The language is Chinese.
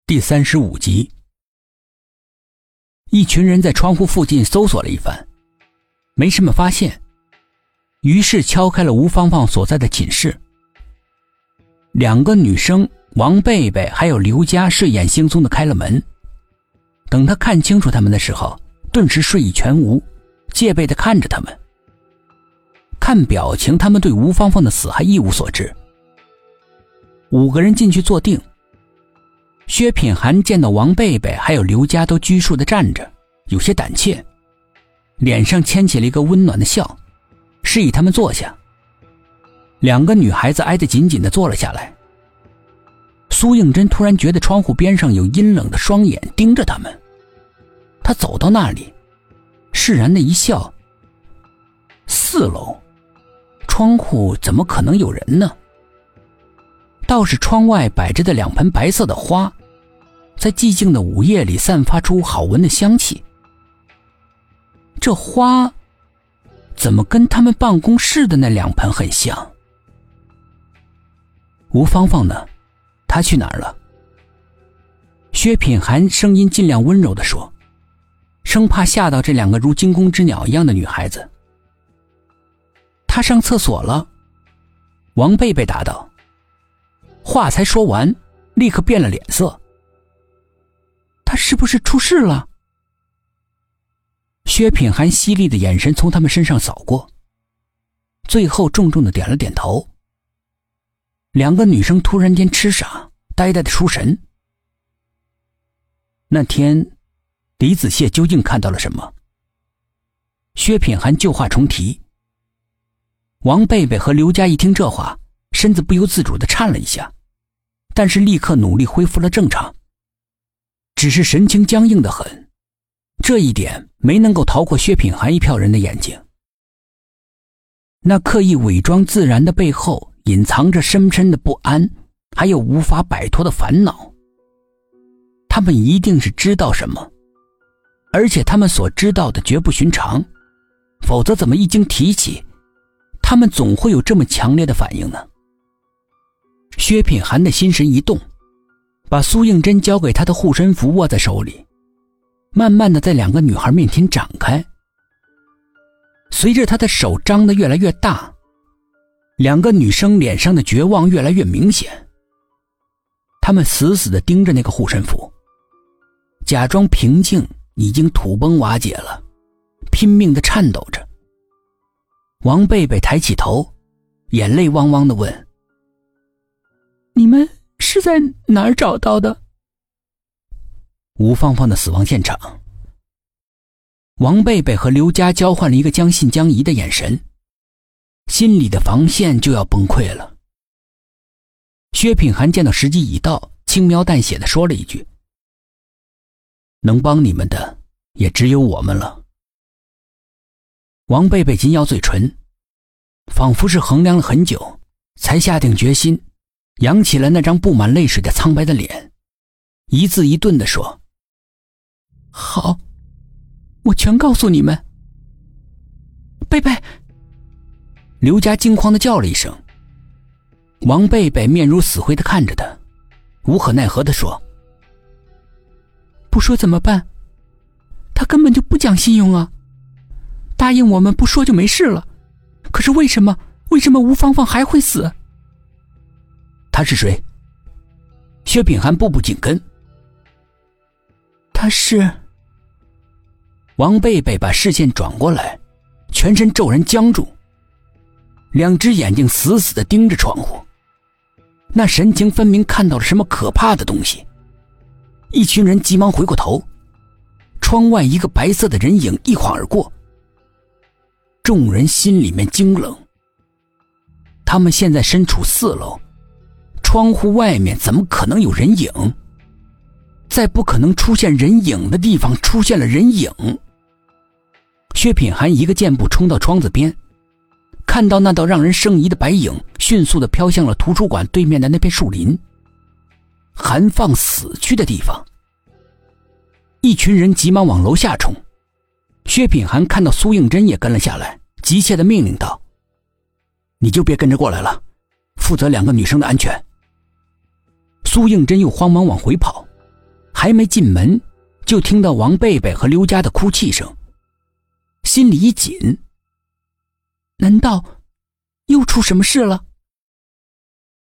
第35集。一群人在窗户附近搜索了一番，没什么发现，于是敲开了吴芳芳所在的寝室。两个女生王贝贝还有刘佳睡眼惺忪地开了门，等她看清楚他们的时候，顿时睡意全无，戒备地看着他们。看表情，他们对吴芳芳的死还一无所知。5个人进去坐定，薛品涵见到王贝贝还有刘佳都拘束地站着，有些胆怯，脸上牵起了一个温暖的笑，示意他们坐下。两个女孩子挨得紧紧地坐了下来。苏应真突然觉得窗户边上有阴冷的双眼盯着他们，她走到那里，释然地一笑。4楼，窗户怎么可能有人呢？倒是窗外摆着的2盆白色的花，在寂静的午夜里散发出好闻的香气。这花怎么跟他们办公室的那2盆很像？吴芳芳呢？她去哪儿了？薛品涵声音尽量温柔地说，生怕吓到这2个如惊弓之鸟一样的女孩子。她上厕所了。王贝贝答道。话才说完，立刻变了脸色。他是不是出事了？薛品涵犀利的眼神从他们身上扫过，最后重重的点了点头。2个女生突然间痴傻，呆呆的出神。那天李子谢究竟看到了什么？薛品涵旧话重提。王贝贝和刘佳一听这话，身子不由自主地颤了一下，但是立刻努力恢复了正常，只是神情僵硬得很，这一点没能够逃过薛品涵一票人的眼睛。那刻意伪装自然的背后，隐藏着深深的不安，还有无法摆脱的烦恼。他们一定是知道什么，而且他们所知道的绝不寻常，否则怎么一经提起，他们总会有这么强烈的反应呢？薛品涵的心神一动，把苏应真交给他的护身符握在手里，慢慢的在2个女孩面前展开。随着他的手张得越来越大，2个女生脸上的绝望越来越明显。她们死死地盯着那个护身符，假装平静已经土崩瓦解了，拼命地颤抖着。王贝贝抬起头，眼泪汪汪地问，你们是在哪儿找到的？吴芳芳的死亡现场。王贝贝和刘佳交换了一个将信将疑的眼神，心里的防线就要崩溃了。薛品涵见到时机已到，轻描淡写地说了一句，能帮你们的也只有我们了。王贝贝紧咬嘴唇，仿佛是衡量了很久，才下定决心，扬起了那张布满泪水的苍白的脸，一字一顿地说，好，我全告诉你们。贝贝！刘佳惊慌地叫了一声。王贝贝面如死灰地看着他，无可奈何地说，不说怎么办？他根本就不讲信用啊，答应我们不说就没事了，可是为什么吴芳芳还会死？他是谁？薛品涵步步紧跟。他是……王贝贝把视线转过来，全身骤然僵住，2只眼睛死死地盯着窗户，那神情分明看到了什么可怕的东西。一群人急忙回过头，窗外一个白色的人影一晃而过，众人心里面惊冷。他们现在身处4楼，窗户外面怎么可能有人影？在不可能出现人影的地方出现了人影。薛品涵一个箭步冲到窗子边，看到那道让人生疑的白影迅速地飘向了图书馆对面的那片树林，韩放死去的地方。一群人急忙往楼下冲，薛品涵看到苏应真也跟了下来，急切地命令道，你就别跟着过来了，负责2个女生的安全。苏应真又慌忙往回跑， 还没进门，就听到王贝贝和刘家的哭泣声，心里一紧，难道又出什么事了？